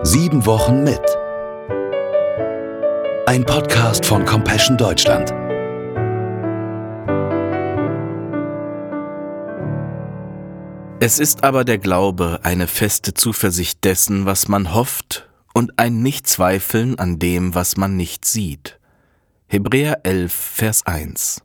7 Wochen mit. Ein Podcast von Compassion Deutschland. Es ist aber der Glaube eine feste Zuversicht dessen, was man hofft, und ein Nichtzweifeln an dem, was man nicht sieht. Hebräer 11, Vers 1.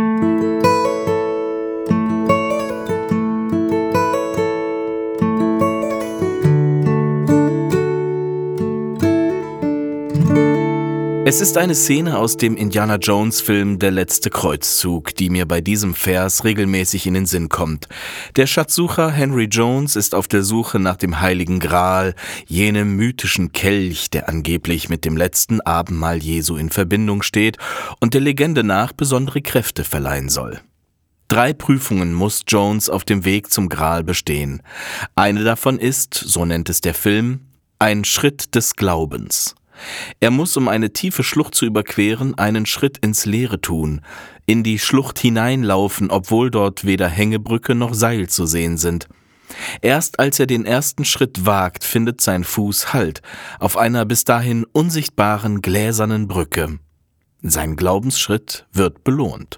Es ist eine Szene aus dem Indiana-Jones-Film Der letzte Kreuzzug, die mir bei diesem Vers regelmäßig in den Sinn kommt. Der Schatzsucher Henry Jones ist auf der Suche nach dem Heiligen Gral, jenem mythischen Kelch, der angeblich mit dem letzten Abendmahl Jesu in Verbindung steht und der Legende nach besondere Kräfte verleihen soll. 3 Prüfungen muss Jones auf dem Weg zum Gral bestehen. Eine davon ist, so nennt es der Film, ein Schritt des Glaubens. Er muss, um eine tiefe Schlucht zu überqueren, einen Schritt ins Leere tun, in die Schlucht hineinlaufen, obwohl dort weder Hängebrücke noch Seil zu sehen sind. Erst als er den ersten Schritt wagt, findet sein Fuß Halt auf einer bis dahin unsichtbaren gläsernen Brücke. Sein Glaubensschritt wird belohnt.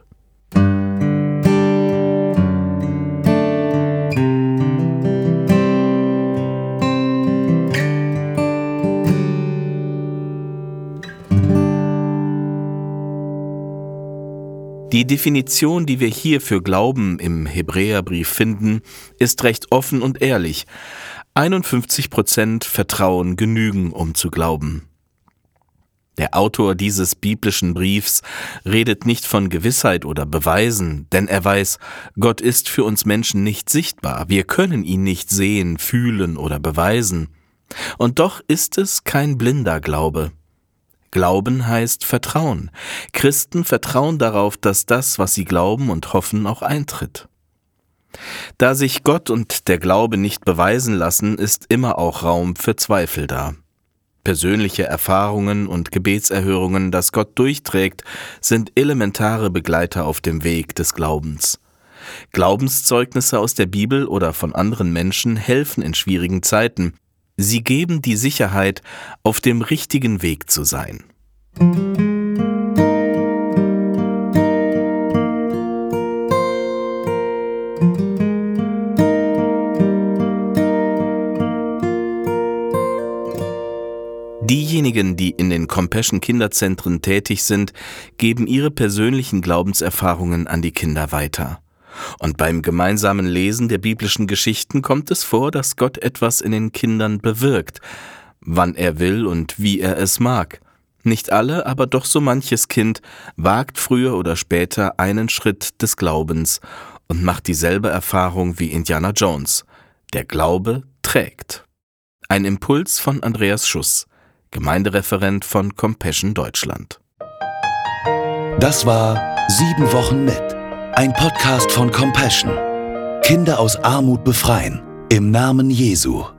Die Definition, die wir hier für Glauben im Hebräerbrief finden, ist recht offen und ehrlich. 51% Vertrauen genügen, um zu glauben. Der Autor dieses biblischen Briefs redet nicht von Gewissheit oder Beweisen, denn er weiß, Gott ist für uns Menschen nicht sichtbar. Wir können ihn nicht sehen, fühlen oder beweisen. Und doch ist es kein blinder Glaube. Glauben heißt Vertrauen. Christen vertrauen darauf, dass das, was sie glauben und hoffen, auch eintritt. Da sich Gott und der Glaube nicht beweisen lassen, ist immer auch Raum für Zweifel da. Persönliche Erfahrungen und Gebetserhörungen, das Gott durchträgt, sind elementare Begleiter auf dem Weg des Glaubens. Glaubenszeugnisse aus der Bibel oder von anderen Menschen helfen in schwierigen Zeiten. Sie geben die Sicherheit, auf dem richtigen Weg zu sein. Diejenigen, die in den Compassion-Kinderzentren tätig sind, geben ihre persönlichen Glaubenserfahrungen an die Kinder weiter. Und beim gemeinsamen Lesen der biblischen Geschichten kommt es vor, dass Gott etwas in den Kindern bewirkt, wann er will und wie er es mag. Nicht alle, aber doch so manches Kind wagt früher oder später einen Schritt des Glaubens und macht dieselbe Erfahrung wie Indiana Jones. Der Glaube trägt. Ein Impuls von Andreas Schuss, Gemeindereferent von Compassion Deutschland. Das war 7 Wochen mit. Ein Podcast von Compassion. Kinder aus Armut befreien. Im Namen Jesu.